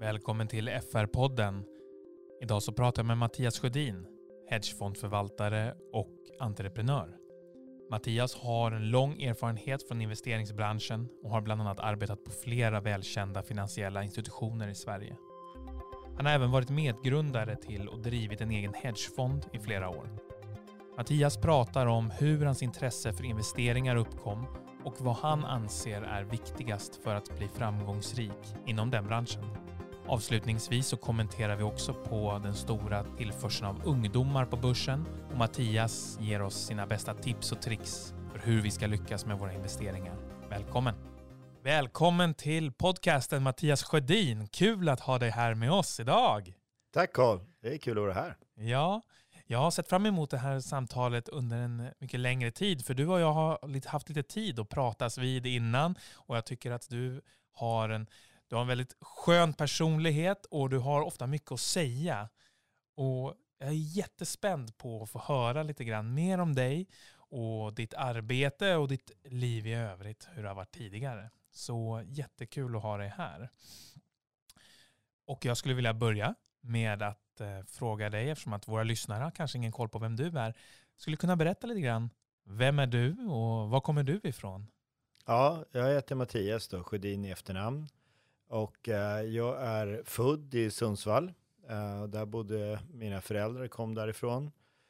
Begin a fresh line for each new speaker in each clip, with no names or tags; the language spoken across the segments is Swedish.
Välkommen till FR-podden. Idag så pratar jag med Mattias Sjödin, hedgefondförvaltare och entreprenör. Mattias har en lång erfarenhet från investeringsbranschen och har bland annat arbetat på flera välkända finansiella institutioner i Sverige. Han har även varit medgrundare till och drivit en egen hedgefond i flera år. Mattias pratar om hur hans intresse för investeringar uppkom och vad han anser är viktigast för att bli framgångsrik inom den branschen. Avslutningsvis så kommenterar vi också på den stora tillförseln av ungdomar på börsen och Mattias ger oss sina bästa tips och tricks för hur vi ska lyckas med våra investeringar. Välkommen! Välkommen till podcasten Mattias Sjödin. Kul att ha dig här med oss idag.
Tack Carl, det är kul att vara här.
Ja, jag har sett fram emot det här samtalet under en mycket längre tid. För du och jag har haft lite tid att pratas vid innan. Och jag tycker att du har en väldigt skön personlighet och du har ofta mycket att säga. Och jag är jättespänd på att få höra lite grann mer om dig och ditt arbete och ditt liv i övrigt, hur det har varit tidigare. Så jättekul att ha dig här. Och jag skulle vilja börja med att fråga dig, eftersom att våra lyssnare har kanske ingen koll på vem du är. Skulle du kunna berätta lite grann, vem är du och var kommer du ifrån?
Ja, jag heter Mattias Sjödin i efternamn. Och jag är född i Sundsvall. Där bodde mina föräldrar, kom därifrån.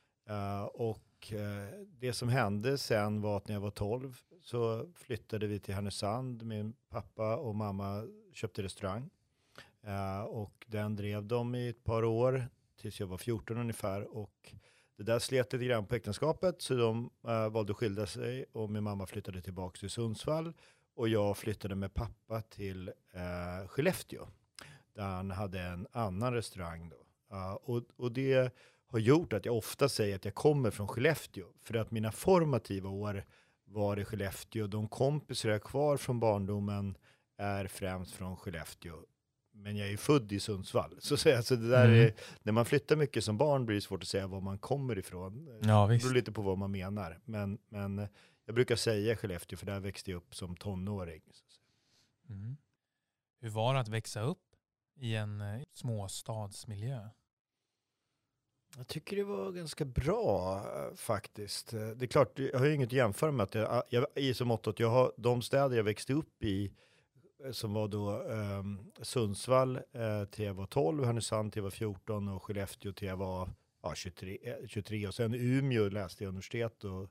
Det som hände sen var att när jag var 12 så flyttade vi till Härnösand. Min pappa och mamma köpte restaurang. Och den drev de i ett par år tills jag var 14 ungefär. Och det där slet lite grann på äktenskapet så de valde att skilja sig. Och min mamma flyttade tillbaka till Sundsvall. Och jag flyttade med pappa till Skellefteå. Där han hade en annan restaurang då. Och det har gjort att jag ofta säger att jag kommer från Skellefteå. För att mina formativa år var i Skellefteå. De kompisar jag har kvar från barndomen är främst från Skellefteå. Men jag är född i Sundsvall. Så det där är, när man flyttar mycket som barn blir det svårt att säga var man kommer ifrån.
Ja,
det beror lite på vad man menar. Men jag brukar säga Skellefteå för där växte jag upp som tonåring.
Mm. Hur var det att växa upp i en småstadsmiljö?
Jag tycker det var ganska bra faktiskt. Det är klart, jag har ju inget att jämföra med att jag i så mått att jag har de städer jag växte upp i som var då Sundsvall till jag var 12, Härnösand till jag var 14 och Skellefteå till jag var 23 och sen Umeå läste jag universitet och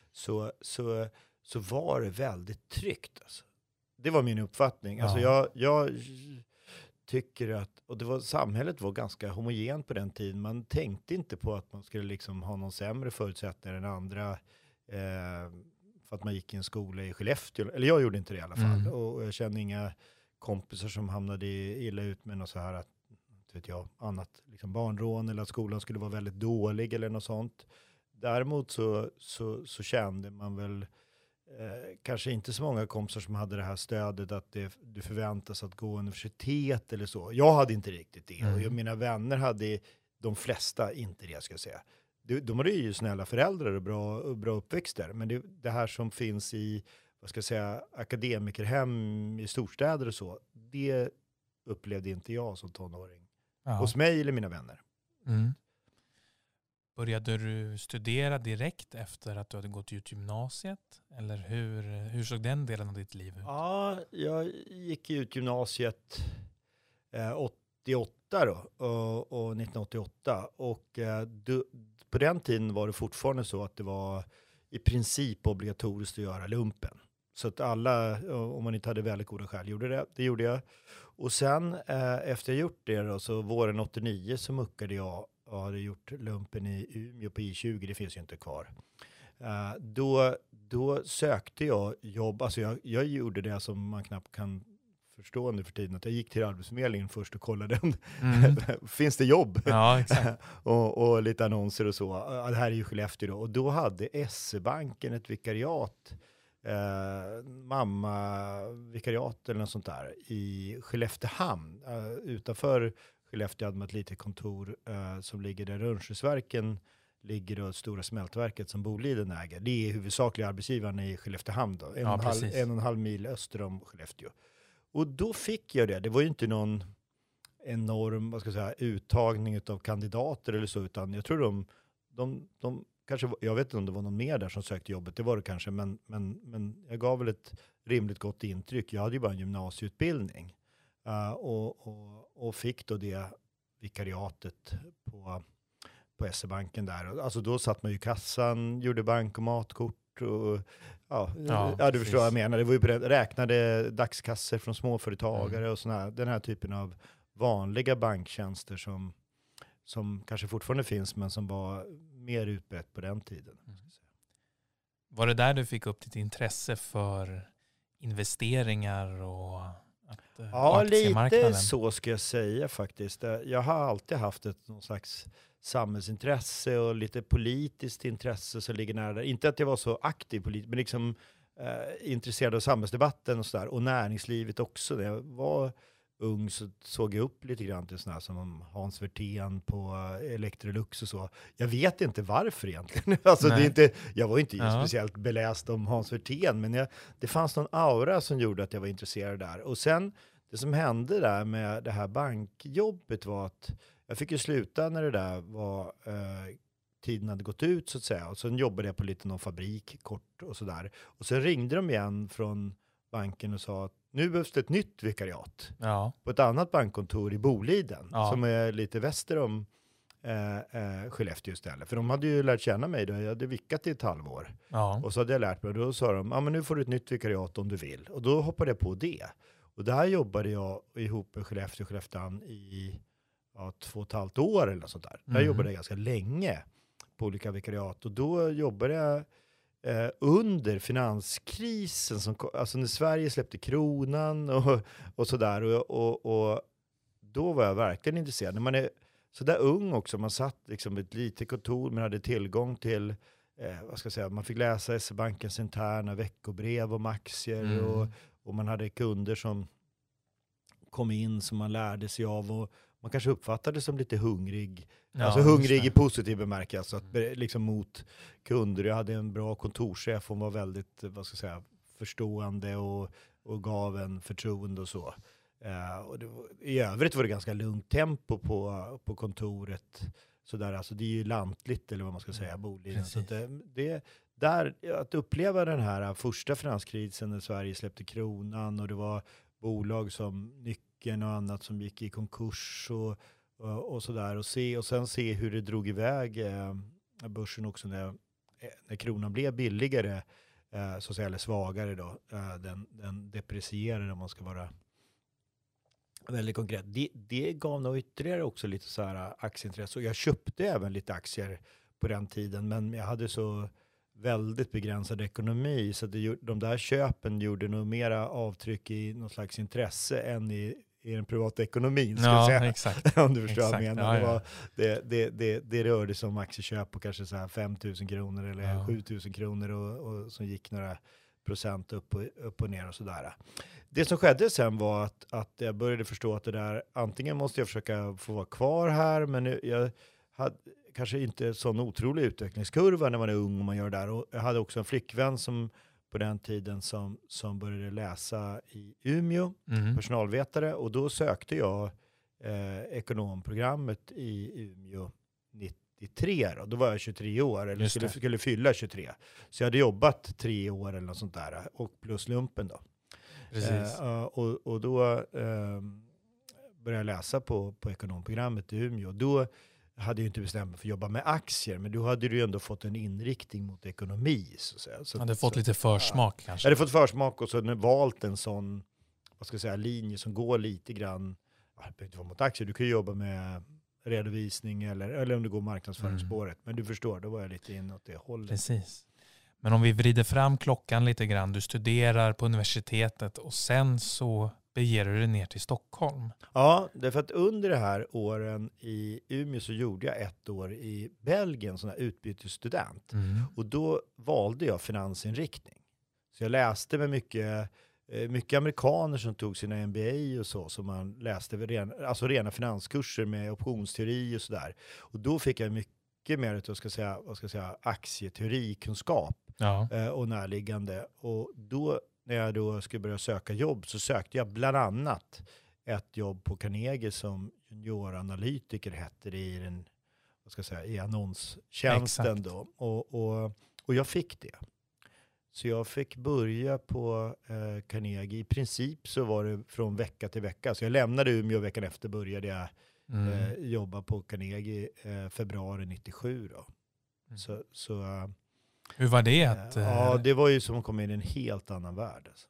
så var det väldigt tryggt alltså. Det var min uppfattning. Alltså jag tycker att, och samhället var ganska homogent på den tiden. Man tänkte inte på att man skulle liksom ha någon sämre förutsättningar än andra för att man gick i en skola i Skellefteå. Eller jag gjorde inte det i alla fall. Och jag kände inga kompisar som hamnade illa ut med något så här att, vet jag, annat liksom barnrån eller att skolan skulle vara väldigt dålig eller något sånt. Däremot så kände man väl kanske inte så många kompisar som hade det här stödet att du förväntas att gå universitet eller så. Jag hade inte riktigt det. Och mina vänner hade de flesta inte det, ska jag säga. De hade ju snälla föräldrar och bra uppväxter. Men det här som finns i, vad ska jag säga, akademikerhem i storstäder och så, det upplevde inte jag som tonåring. Hos mig eller mina vänner.
Mm. Började du studera direkt efter att du hade gått ut gymnasiet? Eller hur såg den delen av ditt liv ut?
Ja, jag gick ut gymnasiet 88 då, och 1988. Och på den tiden var det fortfarande så att det var i princip obligatoriskt att göra lumpen. Så att alla, om man inte hade väldigt goda skäl, gjorde det. Det gjorde jag. Och sen efter jag gjort det då, så våren 89 så muckade jag och hade gjort lumpen i Umeå på I20, det finns ju inte kvar. Då sökte jag jobb, alltså jag gjorde det som man knappt kan förstå nu för tiden, att jag gick till Arbetsförmedlingen först och kollade finns det jobb?
Ja, exakt.
och lite annonser och så. Det här är ju Skellefteå då. Och då hade SE-banken ett vikariat, mamma-vikariat eller något sånt där i Skelleftehamn. Utanför Skellefteå hade man ett litet kontor som ligger där Rönnskärsverken ligger då, stora smältverket som Boliden äger. Det är huvudsakliga arbetsgivaren i Skelleftehamn då. 1,5 mil öster om Skellefteå. Och då fick jag det. Det var ju inte någon enorm, vad ska jag säga, uttagning av kandidater eller så, utan jag tror de kanske, jag vet inte om det var någon mer där som sökte jobbet, det var det kanske, men jag gav väl ett rimligt gott intryck. Jag hade ju bara en gymnasieutbildning och fick då det vikariatet på SE-banken där. Alltså då satt man ju i kassan, gjorde bankomatkort och du förstår vad jag menar. Det var ju räknade dagskassor från småföretagare och den här typen av vanliga banktjänster som kanske fortfarande finns, men som var mer utbrett på den tiden.
Var det där du fick upp ditt intresse för investeringar och aktiemarknaden?
Lite så ska jag säga faktiskt. Jag har alltid haft någon slags samhällsintresse och lite politiskt intresse som ligger nära där. Inte att jag var så aktiv politiskt, men liksom intresserad av samhällsdebatten och sådär. Och näringslivet också. När jag var ung så såg jag upp lite grann till sådana som Hans Werthén på Electrolux och så. Jag vet inte varför egentligen. Alltså jag var inte speciellt beläst om Hans Werthén, men det fanns någon aura som gjorde att jag var intresserad där. Och sen, det som hände där med det här bankjobbet var att jag fick ju sluta när det där var tiden hade gått ut så att säga. Och sen jobbade jag på någon fabrik kort och sådär. Och sen ringde de igen från banken och sa att nu behövs det ett nytt vikariat på ett annat bankkontor i Boliden som är lite väster om Skellefteå istället. För de hade ju lärt känna mig då. Jag hade vickat i ett halvår. Och så hade jag lärt mig och då sa de, men nu får du ett nytt vikariat om du vill. Och då hoppade jag på det. Och där jobbade jag ihop med Skellefteå och Skellefteån i 2,5 år eller något sånt där. Där jobbade jag ganska länge på olika vikariat. Och då jobbade jag under finanskrisen, alltså när Sverige släppte kronan och sådär. Och då var jag verkligen intresserad. När man är så där ung också, man satt liksom ett litet kontor, man hade tillgång till, man fick läsa SE-bankens interna veckobrev om aktier och man hade kunder som kom in som man lärde sig av och man kanske uppfattade det som lite hungrig. Alltså hungrig i positiv bemärkelse. Att liksom mot kunder. Jag hade en bra kontorschef. Hon var väldigt, förstående och gav en förtroende och så. Och i övrigt var det ganska lugnt tempo på kontoret. Så alltså det är ju lantligt eller vad man ska säga, Boliden. Så att uppleva den här första finanskrisen när Sverige släppte kronan och det var bolag som Nyckeln och annat som gick i konkurs och sådär och sen se hur det drog iväg börsen också när kronan blev billigare så att säga, eller svagare då. Den deprecierade om man ska vara väldigt konkret. Det gav nog ytterligare också lite så här aktieintresse och jag köpte även lite aktier på den tiden, men jag hade så väldigt begränsad ekonomi så att de där köpen gjorde nog mera avtryck i någon slags intresse än i den privata ekonomin.
Exakt.
Om du förstår vad jag menar.
Ja.
Det rörde sig om aktieköp på kanske så här 5 000 kronor eller 7 000 kronor och som gick några procent upp och ner och sådär. Det som skedde sen var att jag började förstå att det där, antingen måste jag försöka få vara kvar här, men jag hade kanske inte sån otrolig utvecklingskurva när man är ung och man gör det där. Och jag hade också en flickvän som på den tiden som började läsa i Umeå, personalvetare. Och då sökte jag ekonomprogrammet i Umeå 93. Då var jag 23 år, eller skulle fylla 23. Så jag hade jobbat 3 år eller något sånt där. Och plus lumpen då.
Precis.
Och då började jag läsa på ekonomprogrammet i Umeå. Då hade ju inte bestämt mig för att jobba med aktier, men då hade du ju ändå fått en inriktning mot ekonomi. Så
hade fått lite försmak kanske.
Jag hade fått försmak och så valt en sån, linje som går lite grann, det behöver inte vara mot aktier, du kan ju jobba med redovisning eller om du går marknadsföringsspåret. Men du förstår, då var jag lite inåt det hållet.
Precis. Men om vi vrider fram klockan lite grann, du studerar på universitetet och sen så beger du dig ner till Stockholm.
Ja, därför att under de här åren i Umeå så gjorde jag 1 år i Belgien, sån här utbytesstudent. Och då valde jag finansinriktning. Så jag läste med mycket amerikaner som tog sina MBA och så man läste rena finanskurser med optionsteori och sådär. Och då fick jag mycket mer aktieteorikunskap och närliggande. Och då när jag då skulle börja söka jobb så sökte jag bland annat ett jobb på Carnegie som junioranalytiker hette det i den, vad ska jag säga, i annonstjänsten då. Och jag fick det. Så jag fick börja på Carnegie. I princip så var det från vecka till vecka. Så jag lämnade Umeå, veckan efter började jag jobba på Carnegie februari 97 då.
Hur var det?
Ja, det var ju som att komma in i en helt annan värld. Alltså.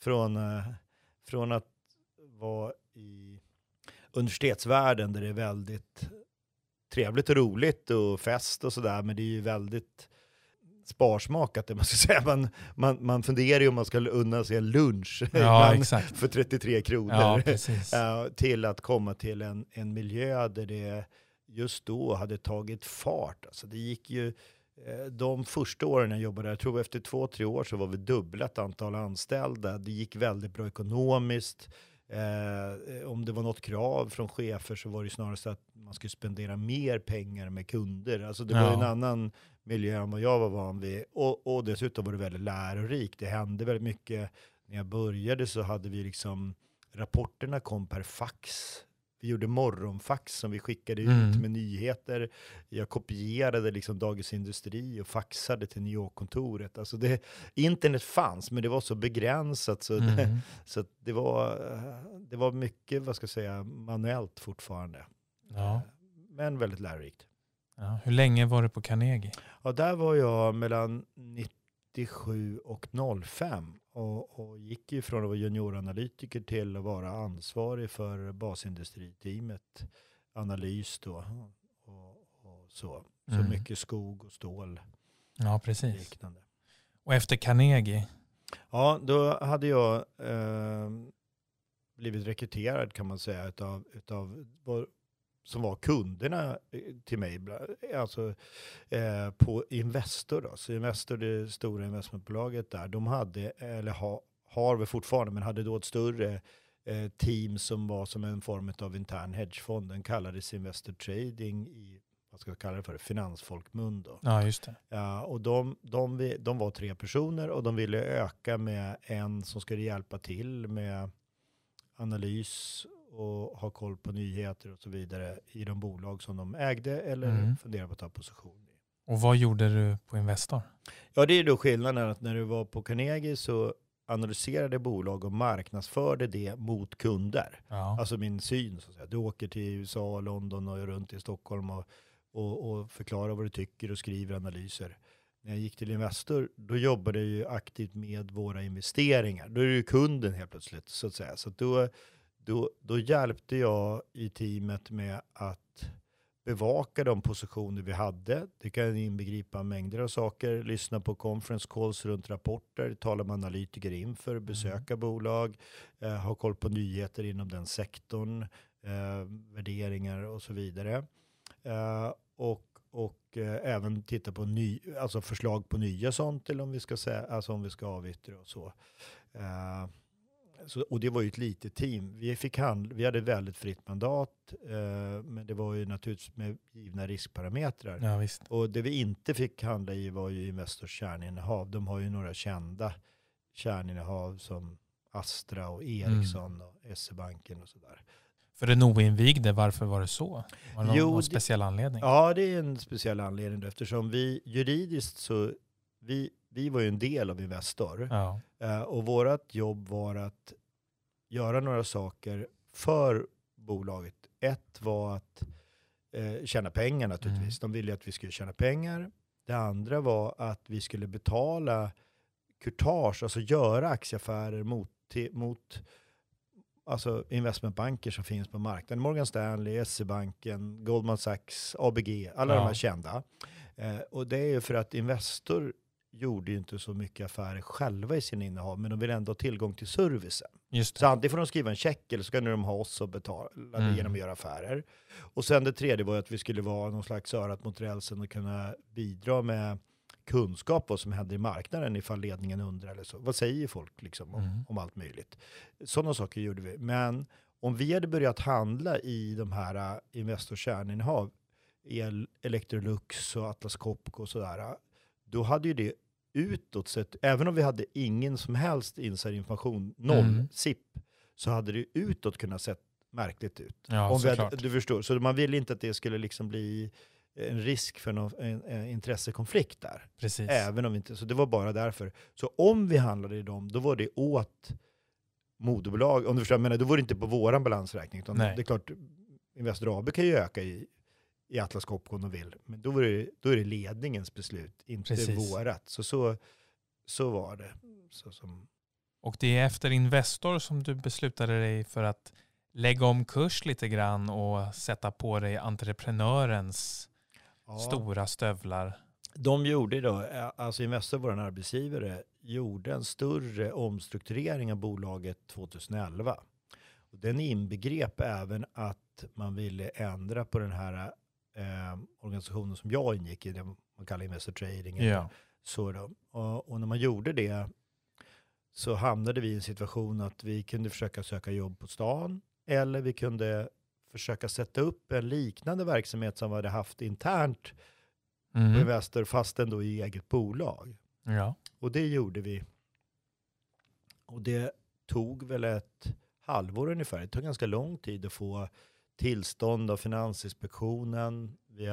Från att vara i universitetsvärlden där det är väldigt trevligt och roligt och fest och sådär, men det är ju väldigt sparsmakat, det man ska säga. Man funderar ju om man ska unna sig en lunch
exakt.
för 33 kronor.
Ja, precis.
Till att komma till en miljö där det just då hade tagit fart. Alltså det gick ju, de första åren jag jobbade där, jag tror efter 2-3 år så var vi dubblat antal anställda. Det gick väldigt bra ekonomiskt. Om det var något krav från chefer så var det snarast att man skulle spendera mer pengar med kunder. Alltså det var en annan miljö än vad jag var van vid. Och dessutom var det väldigt lärorikt. Det hände väldigt mycket. När jag började så hade vi liksom, rapporterna kom per fax. Vi gjorde morgonfax som vi skickade ut med nyheter. Jag kopierade liksom Dagens Industri och faxade till New York-kontoret. Alltså internet fanns, men det var så begränsat. Så det var mycket, vad ska jag säga, manuellt fortfarande.
Ja.
Men väldigt lärorikt.
Ja. Hur länge var du på Carnegie?
Ja, där var jag mellan 97 och 05. Och gick ju från att vara junioranalytiker till att vara ansvarig för basindustriteamet, analys då och så. Så mycket skog och stål.
Ja, precis.
Liknande.
Och efter Carnegie?
Ja, då hade jag blivit rekryterad, kan man säga, utav som var kunderna till mig, alltså på Investor då. Så Investor, det stora investmentbolaget där, de hade, eller har vi fortfarande, men hade då ett större team som var som en form av intern hedgefond. Den kallades Investor Trading i, vad ska jag kalla det för, finansfolkmun då.
Ja, just det.
Ja, och de var 3 personer och de ville öka med en som skulle hjälpa till med analys och ha koll på nyheter och så vidare i de bolag som de ägde eller funderade på att ta position i.
Och vad gjorde du på Investor?
Ja, det är då skillnaden att när du var på Carnegie så analyserade bolag och marknadsförde det mot kunder. Ja. Alltså min syn, så att säga. Du åker till USA, London och runt i Stockholm och förklarar vad du tycker och skriver analyser. När jag gick till Investor, då jobbade jag ju aktivt med våra investeringar. Då är det ju kunden helt plötsligt, så att säga. Så att då hjälpte jag i teamet med att bevaka de positioner vi hade. Det kan inbegripa mängder av saker. Lyssna på conference calls runt rapporter, tala med analytiker inför, besöka bolag, ha koll på nyheter inom den sektorn, värderingar och så vidare. Och även titta på alltså förslag på nya sånt, eller om vi ska säga, alltså om vi ska avyttra och så. Och det var ju ett litet team. Vi hade väldigt fritt mandat, men det var ju naturligtvis med givna riskparametrar.
Ja, visst.
Och det vi inte fick handla i var ju Investors kärninnehav. De har ju några kända kärninnehav som Astra och Ericsson och SE-banken och sådär.
För den oinvigde, varför var det så? Var det någon speciell anledning?
Ja, det är en speciell anledning eftersom vi juridiskt så vi var ju en del av Investor. Ja. Och vårt jobb var att göra några saker för bolaget. Ett var att tjäna pengar naturligtvis. De ville att vi skulle tjäna pengar. Det andra var att vi skulle betala courtage, alltså göra aktieaffärer mot alltså investmentbanker som finns på marknaden. Morgan Stanley, SE-banken, Goldman Sachs, ABG, alla de här kända. Och det är ju för att Investor gjorde ju inte så mycket affärer själva i sin innehav, men de vill ändå ha tillgång till servicen. Just det. Så antingen får de skriva en check eller så kan de ha oss och betala genom att göra affärer. Och sen det tredje var att vi skulle vara någon slags örat mot rälsen och kunna bidra med kunskap vad som händer i marknaden ifall ledningen undrar eller så. Vad säger folk liksom om allt möjligt? Sådana saker gjorde vi. Men om vi hade börjat handla i de här Investor kärninnehav, Electrolux och Atlas Copco och sådär, då hade ju det utåt sett, även om vi hade ingen som helst inside information, noll SIP, så hade det utåt kunnat sett märkligt ut.
Ja, såklart.
Du förstår, så man ville inte att det skulle liksom bli en risk för en intressekonflikt där.
Precis.
Även om vi inte, så det var bara därför. Så om vi handlade i dem, då var det åt moderbolag, om du förstår, men då var det inte på våran balansräkning, utan det är klart, Investor AB kan ju öka i Atlas Copco om de vill, men då är det ledningens beslut, inte vårat. Så var det.
Och det är efter Investor som du beslutade dig för att lägga om kurs lite grann och sätta på dig entreprenörens stora stövlar.
De gjorde då, alltså Investor, vår arbetsgivare, gjorde en större omstrukturering av bolaget 2011. Och den inbegrep även att man ville ändra på den här organisationen som jag ingick i, det man kallar Investor Trading.
Ja.
Så då. Och när man gjorde det så hamnade vi i en situation att vi kunde försöka söka jobb på stan, eller vi kunde försöka sätta upp en liknande verksamhet som vi hade haft internt på Investor, fast ändå i eget bolag.
Ja.
Och det gjorde vi. Och det tog väl ett halvår ungefär. Det tog ganska lång tid att få tillstånd av Finansinspektionen. Vi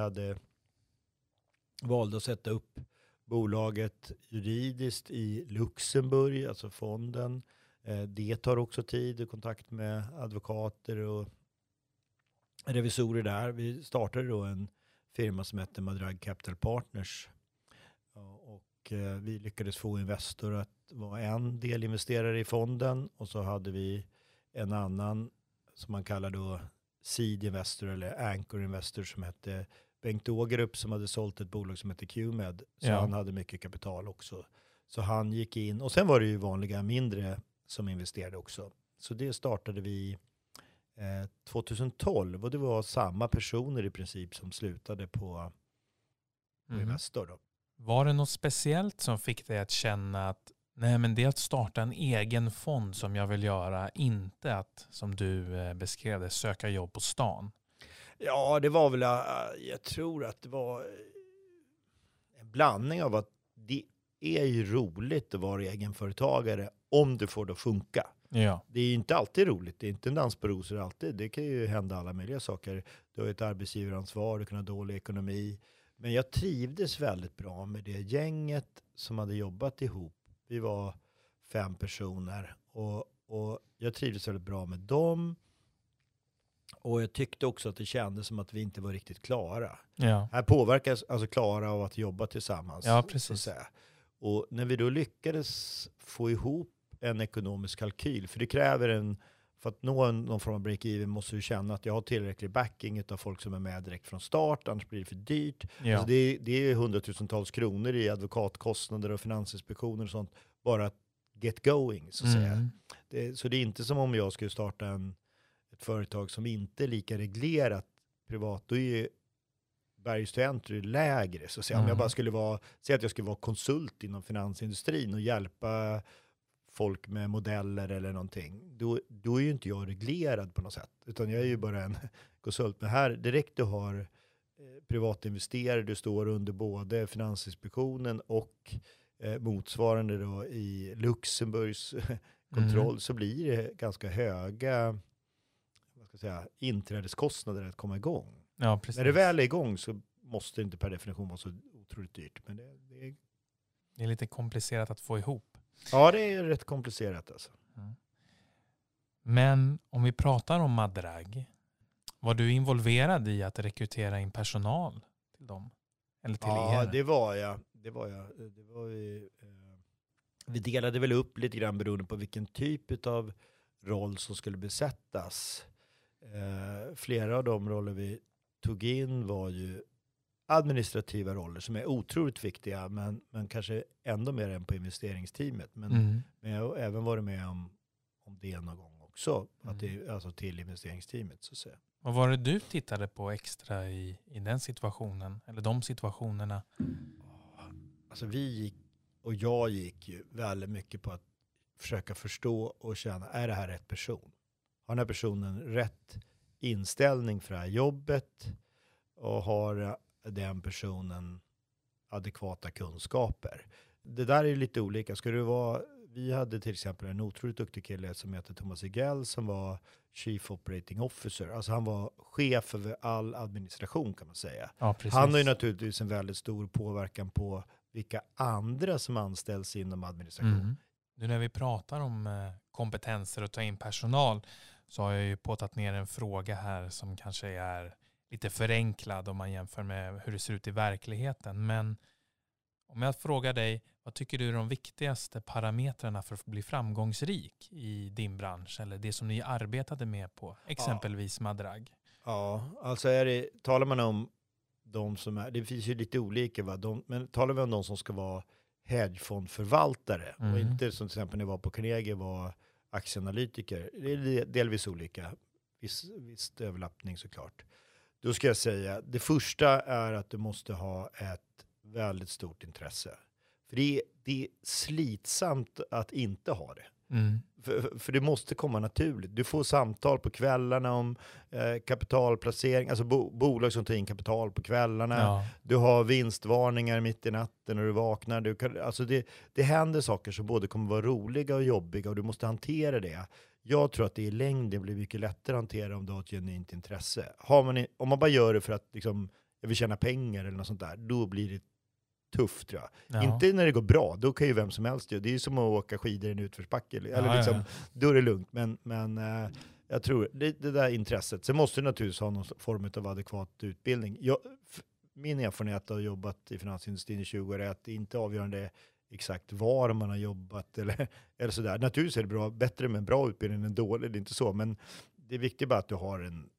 valde att sätta upp bolaget juridiskt i Luxemburg, alltså fonden. Det tar också tid och kontakt med advokater och revisorer där. Vi startade då en firma som heter Madrag Capital Partners. Och vi lyckades få Investor att vara en delinvesterare i fonden. Och så hade vi en annan som man kallar då Seed Investor eller Anchor Investor som hette Bengt Ågerup, som hade sålt ett bolag som heter QMed. Så han hade mycket kapital också. Så han gick in. Och sen var det ju vanliga mindre som investerade också. Så det startade vi 2012. Och det var samma personer i princip som slutade på Investor då.
Var det något speciellt som fick dig att känna att nej, men det är att starta en egen fond som jag vill göra, inte att, som du beskrev det, söka jobb på stan?
Ja, det var väl, jag tror att det var en blandning av att det är ju roligt att vara egenföretagare om du får det att funka.
Ja.
Det är ju inte alltid roligt, det är inte en dans på rosor alltid. Det kan ju hända alla möjliga saker. Du har ett arbetsgivaransvar, du kan ha dålig ekonomi. Men jag trivdes väldigt bra med det gänget som hade jobbat ihop. Vi var 5 personer och jag trivdes väldigt bra med dem. Och jag tyckte också att det kändes som att vi inte var riktigt klara.
Ja.
Här påverkas alltså klara av att jobba tillsammans.
Ja, precis.
Så att säga. Och när vi då lyckades få ihop en ekonomisk kalkyl, för det kräver för att nå någon form av break-even måste du känna att jag har tillräcklig backing av folk som är med direkt från start, annars blir det för dyrt.
Ja.
Alltså det är 100,000-tals kronor i advokatkostnader och finansinspektioner och sånt, bara att get going, så att säga. Så det är inte som om jag skulle starta ett företag som inte är lika reglerat privat. Då är ju bergs to entry lägre. Så att säga. Om jag bara skulle säga att jag skulle vara konsult inom finansindustrin och hjälpa folk med modeller eller någonting, då är ju inte jag reglerad på något sätt. Utan jag är ju bara en konsult. Men här direkt du har privatinvesterare, du står under både Finansinspektionen och motsvarande då i Luxemburgs kontroll, så blir det ganska höga inträdeskostnader att komma igång.
Ja, precis.
När det väl är igång så måste det inte per definition vara så otroligt dyrt. Men
det är lite komplicerat att få ihop.
Ja, det är rätt komplicerat alltså.
Men om vi pratar om Madrag, var du involverad i att rekrytera in personal till dem? Eller till er?
Ja, det var jag. Vi delade väl upp lite grann beroende på vilken typ av roll som skulle besättas. Flera av de roller vi tog in var ju administrativa roller som är otroligt viktiga, men kanske ändå mer än på investeringsteamet. Men jag har även varit med om det någon gång också, att det, alltså till investeringsteamet så att säga.
Vad var det du tittade på extra i den situationen, eller de situationerna?
Alltså jag gick ju väldigt mycket på att försöka förstå och känna, är det här rätt person? Har den här personen rätt inställning för det här jobbet? Och har den personen adekvata kunskaper? Det där är lite olika. vi hade till exempel en otroligt duktig kille som heter Thomas Igell som var Chief Operating Officer. Alltså han var chef över all administration kan man säga.
Ja, precis.
Han har ju naturligtvis en väldigt stor påverkan på vilka andra som anställs inom administration.
Mm. Nu när vi pratar om kompetenser och ta in personal så har jag ju påtat ner en fråga här som kanske är lite förenklad om man jämför med hur det ser ut i verkligheten. Men om jag frågar dig, vad tycker du är de viktigaste parametrarna för att bli framgångsrik i din bransch eller det som ni arbetade med på exempelvis Madrag?
Ja, alltså talar man om de som är, det finns ju lite olika, men talar vi om de som ska vara hedgefondförvaltare och inte som till exempel när jag var på Carnegie var aktieanalytiker. Det är delvis olika, viss överlappning såklart. Då ska jag säga, det första är att du måste ha ett väldigt stort intresse. För det är slitsamt att inte ha det.
Mm.
För det måste komma naturligt. Du får samtal på kvällarna om kapitalplacering, alltså bolag som tar in kapital på kvällarna.
Ja.
Du har vinstvarningar mitt i natten när du vaknar. Alltså det händer saker som både kommer vara roliga och jobbiga och du måste hantera det. Jag tror att det i längden blir mycket lättare att hantera om du har ett genuint intresse. Om man bara gör det för att liksom, jag vill tjäna pengar eller något sånt där, då blir det tufft tror jag.
Ja.
Inte när det går bra, då kan ju vem som helst göra. Det är ju som att åka skidor i en utförsbacke. Eller liksom, då är det lugnt. Men jag tror, det där intresset. Sen måste du naturligtvis ha någon form av adekvat utbildning. Min erfarenhet av jobbat i finansindustrin i 20 år är att det inte är avgörande exakt var man har jobbat eller sådär. Naturligtvis är det bättre med en bra utbildning än dålig, det är inte så. Men det är viktigt bara att du har en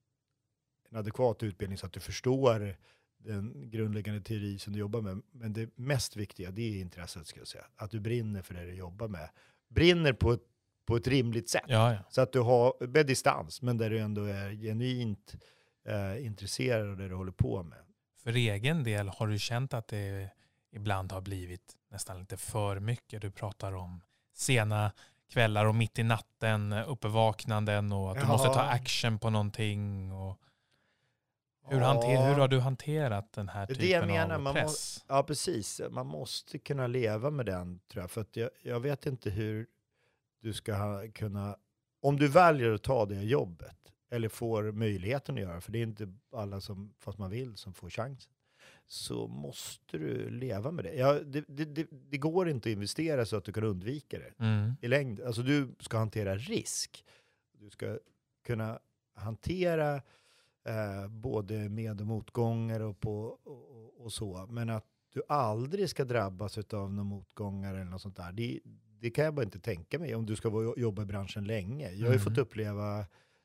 adekvat utbildning så att du förstår den grundläggande teori som du jobbar med. Men det mest viktiga, det är intresset ska jag säga. Att du brinner för det du jobbar med. Brinner på ett rimligt sätt.
Ja.
Så att du har med distans, men där du ändå är genuint intresserad av det du håller på med.
För egen del, har du känt att det ibland har blivit nästan lite för mycket? Du pratar om sena kvällar och mitt i natten, uppvaknanden och att du måste ta action på någonting. Och hur har du hanterat den här typen av press?
Ja, precis. Man måste kunna leva med den, tror jag. För att jag vet inte hur du ska kunna... Om du väljer att ta det jobbet eller får möjligheten att göra, för det är inte alla som, fast man vill, som får chansen, så måste du leva med det. Ja, det går inte att investera så att du kan undvika det i längd. Alltså du ska hantera risk. Du ska kunna hantera både med- och motgångar och så. Men att du aldrig ska drabbas av några motgångar eller något sånt där. Det kan jag bara inte tänka mig om du ska jobba i branschen länge. Jag har ju fått uppleva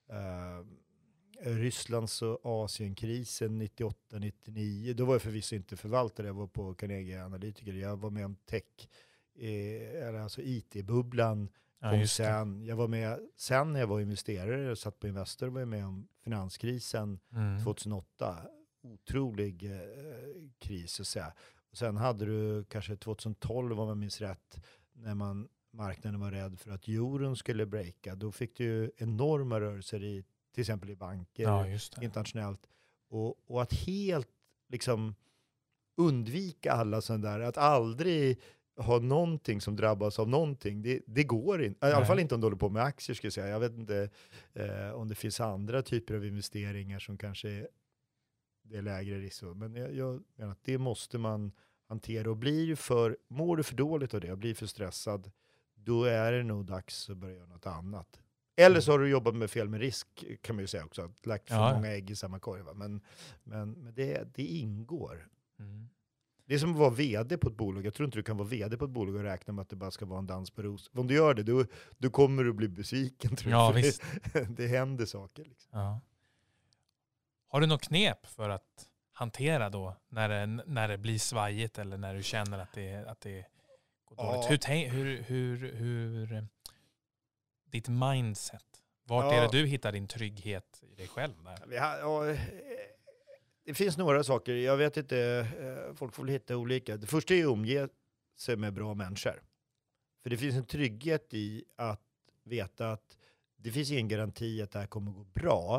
Rysslands och Asienkrisen 98-99. Då var jag förvisso inte förvaltare, jag var på Carnegie analytiker. Jag var med om tech, alltså IT-bubblan. Jag var med sen när jag var investerare och satt på Investor, var jag med om finanskrisen 2008. Otrolig kris så att säga. Och sen hade du kanske 2012, om jag minns rätt, när marknaden var rädd för att euron skulle breaka. Då fick du ju enorma rörelser till exempel i banker internationellt. Och att helt liksom undvika alla sådana där, att aldrig ha någonting som drabbas av någonting, det går inte. I alla fall inte om du håller på med aktier, ska jag säga. Jag vet inte om det finns andra typer av investeringar som kanske det är lägre risk. Men jag menar att det måste man hantera. Och mår du för dåligt av det och blir för stressad, då är det nog dags att börja göra något annat. Eller så har du jobbat med fel med risk, kan man ju säga också. Lagt för många ägg i samma korg. Va? Men det ingår. Det är som att vara vd på ett bolag. Jag tror inte du kan vara vd på ett bolag och räkna med att det bara ska vara en dans på ros. Om du gör det, då kommer du bli besviken. Tror jag.
Visst.
Det händer saker. Liksom.
Ja. Har du något knep för att hantera då när det blir svajigt eller när du känner att det går dåligt? Hur ditt mindset, vart är det du hittar din trygghet i dig själv? Där?
Det finns några saker, jag vet inte, folk får väl hitta olika. Det första är att omge sig med bra människor. För det finns en trygghet i att veta att det finns ingen garanti att det här kommer gå bra.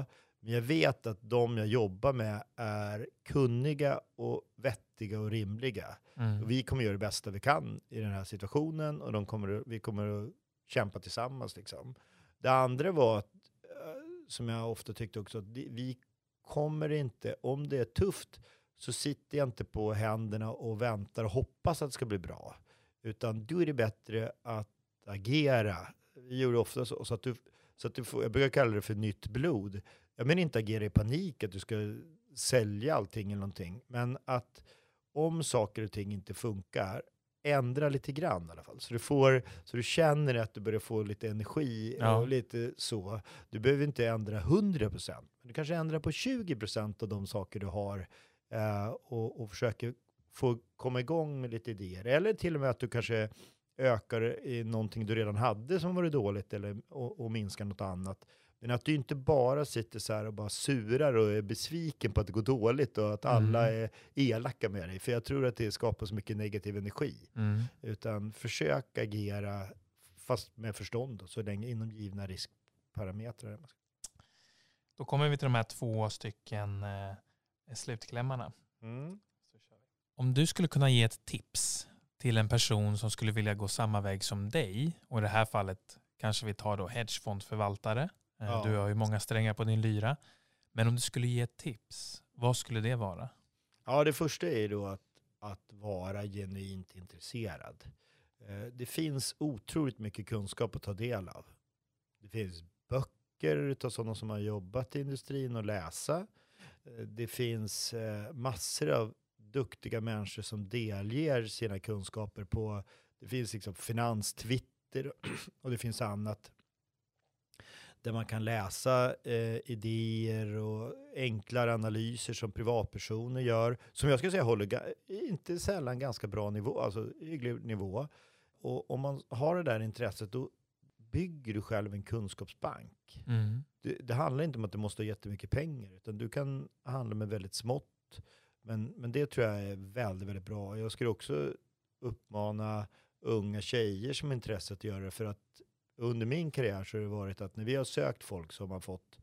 Men jag vet att de jag jobbar med är kunniga och vettiga och rimliga. Och vi kommer göra det bästa vi kan i den här situationen och vi kommer att kämpa tillsammans. Liksom. Det andra var, som jag ofta tyckte också, att vi kommer inte, om det är tufft så sitter jag inte på händerna och väntar och hoppas att det ska bli bra. Utan då är det bättre att agera. Vi gjorde ofta så att du får, jag brukar kalla det för nytt blod. Jag menar inte agera i panik att du ska sälja allting eller någonting. Men att om saker och ting inte funkar, ändra lite grann i alla fall. Så du känner att du börjar få lite energi och lite så. Du behöver inte ändra 100%. Men du kanske ändrar på 20% av de saker du har och försöker få komma igång med lite idéer. Eller till och med att du kanske ökar i någonting du redan hade som var dåligt och minskar något annat. Men att du inte bara sitter så här och bara surar och är besviken på att det går dåligt och att alla är elaka med dig. För jag tror att det skapar så mycket negativ energi. Utan försök agera fast med förstånd och så länge inom givna riskparametrar.
Då kommer vi till de här 2 stycken slutklämmarna. Om du skulle kunna ge ett tips till en person som skulle vilja gå samma väg som dig, och i det här fallet kanske vi tar då hedgefondförvaltare. Du har ju många strängar på din lyra. Men om du skulle ge ett tips, vad skulle det vara?
Ja, det första är då att vara genuint intresserad. Det finns otroligt mycket kunskap att ta del av. Det finns böcker utav sådana som har jobbat i industrin och läsa. Det finns massor av duktiga människor som delger sina kunskaper på, det finns liksom finanstwitter och det finns annat där man kan läsa idéer och enklare analyser som privatpersoner gör, som jag skulle säga håller inte sällan ganska bra nivå, alltså hygglig nivå. Och om man har det där intresset, då bygger du själv en kunskapsbank. Det handlar inte om att du måste ha jättemycket pengar, utan du kan handla med väldigt smått. Men det tror jag är väldigt, väldigt bra. Jag skulle också uppmana unga tjejer som är intresset att göra det, för att under min karriär så har det varit att när vi har sökt folk så har man fått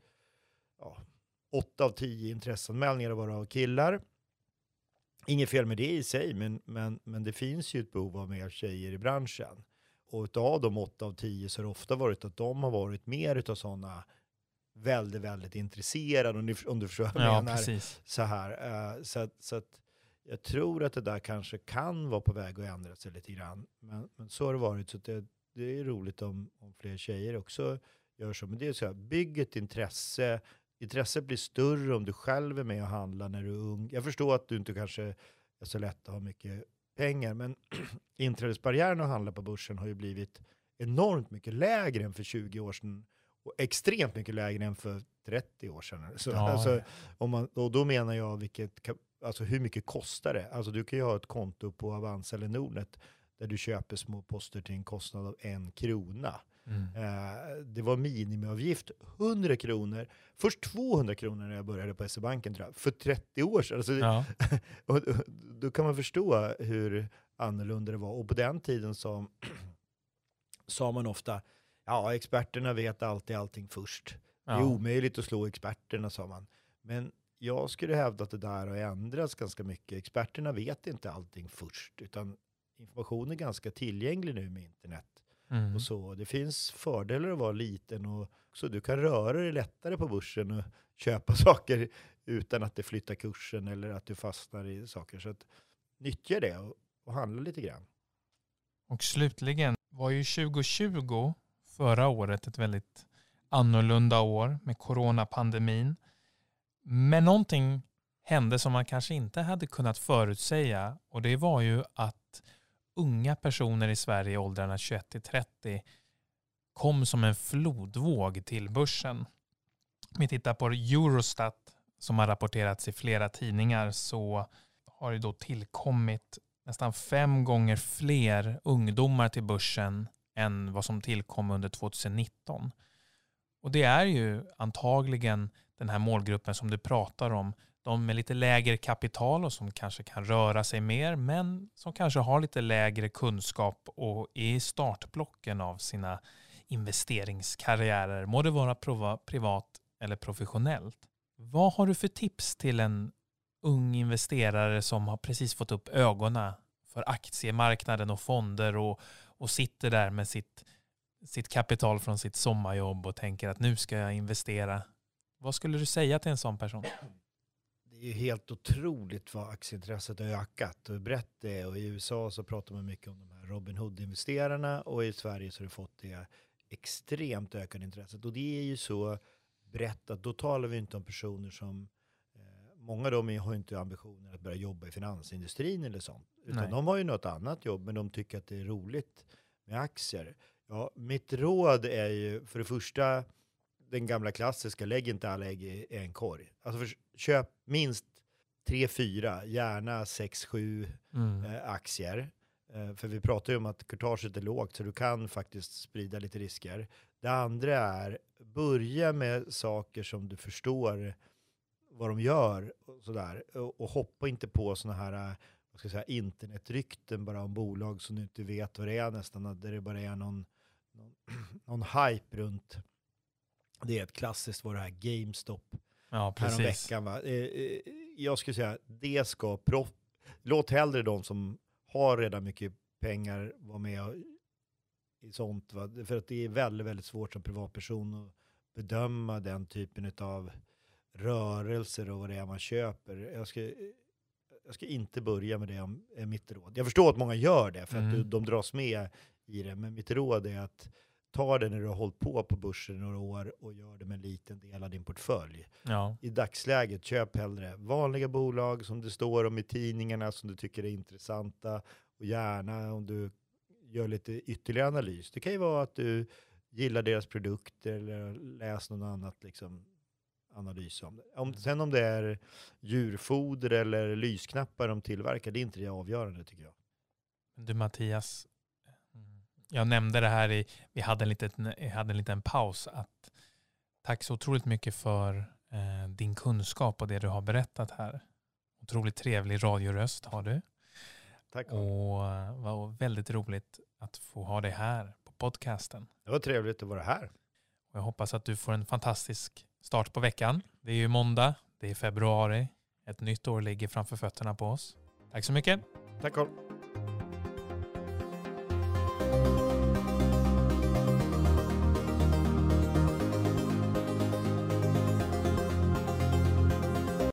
8 av 10 intresseanmälningar att vara av killar. Inget fel med det i sig, men det finns ju ett behov av mer tjejer i branschen. Och av de 8 av 10 så har det ofta varit att de har varit mer utav sådana väldigt, väldigt intresserade, om du förstår vad jag menar.
Precis.
Så här. Så att jag tror att det där kanske kan vara på väg att ändra sig lite grann. Men så har det varit, så att det är roligt om fler tjejer också gör så. Men det är så här, bygg ett intresse. Intresset blir större om du själv är med och handlar när du är ung. Jag förstår att du inte kanske är så lätt att ha mycket pengar, men inträdesbarriären att handla på börsen har ju blivit enormt mycket lägre än för 20 år sedan och extremt mycket lägre än för 30 år sedan. Så, alltså, och då menar jag hur mycket kostar det? Alltså du kan ju ha ett konto på Avanza eller Nordnet där du köper små poster till en kostnad av 1 krona. Det var minimiavgift 100 kronor. Först 200 kronor när jag började på SE-banken, tror jag, för 30 år sedan. Alltså, och då kan man förstå hur annorlunda det var. Och på den tiden sa man ofta, experterna vet alltid allting först. Det är omöjligt att slå experterna, sa man. Men jag skulle hävda att det där har ändrats ganska mycket. Experterna vet inte allting först, utan information är ganska tillgänglig nu med internet. Och så. Det finns fördelar att vara liten, och så du kan röra dig lättare på börsen och köpa saker utan att det flyttar kursen eller att du fastnar i saker. Så att nyttja det och handla lite grann.
Och slutligen var ju 2020 förra året ett väldigt annorlunda år med coronapandemin. Men någonting hände som man kanske inte hade kunnat förutsäga, och det var ju att unga personer i Sverige i åldrarna 21-30 kom som en flodvåg till börsen. Om vi tittar på Eurostat som har rapporterats i flera tidningar, så har det då tillkommit nästan 5 gånger fler ungdomar till börsen än vad som tillkom under 2019. Och det är ju antagligen den här målgruppen som du pratar om. De med lite lägre kapital och som kanske kan röra sig mer, men som kanske har lite lägre kunskap och är i startblocken av sina investeringskarriärer. Må det vara privat eller professionellt. Vad har du för tips till en ung investerare som har precis fått upp ögonen för aktiemarknaden och fonder och sitter där med sitt kapital från sitt sommarjobb och tänker att nu ska jag investera? Vad skulle du säga till en sån person?
Det är ju helt otroligt vad aktieintresset har ökat och hur brett det är. Och i USA så pratar man mycket om de här Robin Hood-investerarna och i Sverige så har det fått det extremt ökade intresset. Och det är ju så brett att då talar vi inte om personer som många av dem har inte ambitioner att börja jobba i finansindustrin eller sånt. Utan de har ju något annat jobb, men de tycker att det är roligt med aktier. Ja, mitt råd är ju för det första den gamla klassiska, lägg inte alla ägg i en korg. Alltså köp minst 3-4, gärna 6-7 aktier. För vi pratar ju om att courtaget är lågt så du kan faktiskt sprida lite risker. Det andra är, börja med saker som du förstår vad de gör och sådär. Och hoppa inte på såna här vad ska jag säga, internetrykten bara om bolag som du inte vet vad det är nästan. Där det bara är någon hype runt. Det är ett klassiskt var det här GameStop.
Ja, precis.
Veckan, va? Jag skulle säga det ska låt hellre de som har redan mycket pengar vara med i sånt. Va? För att det är väldigt, väldigt svårt som privatperson att bedöma den typen av rörelser och vad det är man köper. Jag ska inte börja med det om mitt råd. Jag förstår att många gör det för att de dras med i det. Men mitt råd är att ta det när du har hållit på börsen några år och gör det med en liten del av din portfölj.
Ja.
I dagsläget, köp hellre vanliga bolag som det står om i tidningarna som du tycker är intressanta och gärna om du gör lite ytterligare analys. Det kan ju vara att du gillar deras produkter eller läser något annat liksom, analys om det. Sen om det är djurfoder eller lysknappar de tillverkar, det är inte det avgörande tycker jag.
Du Mattias, jag nämnde det här vi hade en liten paus att tack så otroligt mycket för din kunskap och det du har berättat här. Otroligt trevlig radioröst har du.
Tack.
Och var väldigt roligt att få ha dig här på podcasten.
Det var trevligt att vara här.
Och jag hoppas att du får en fantastisk start på veckan. Det är ju måndag, det är februari. Ett nytt år ligger framför fötterna på oss. Tack så mycket.
Tack Carl.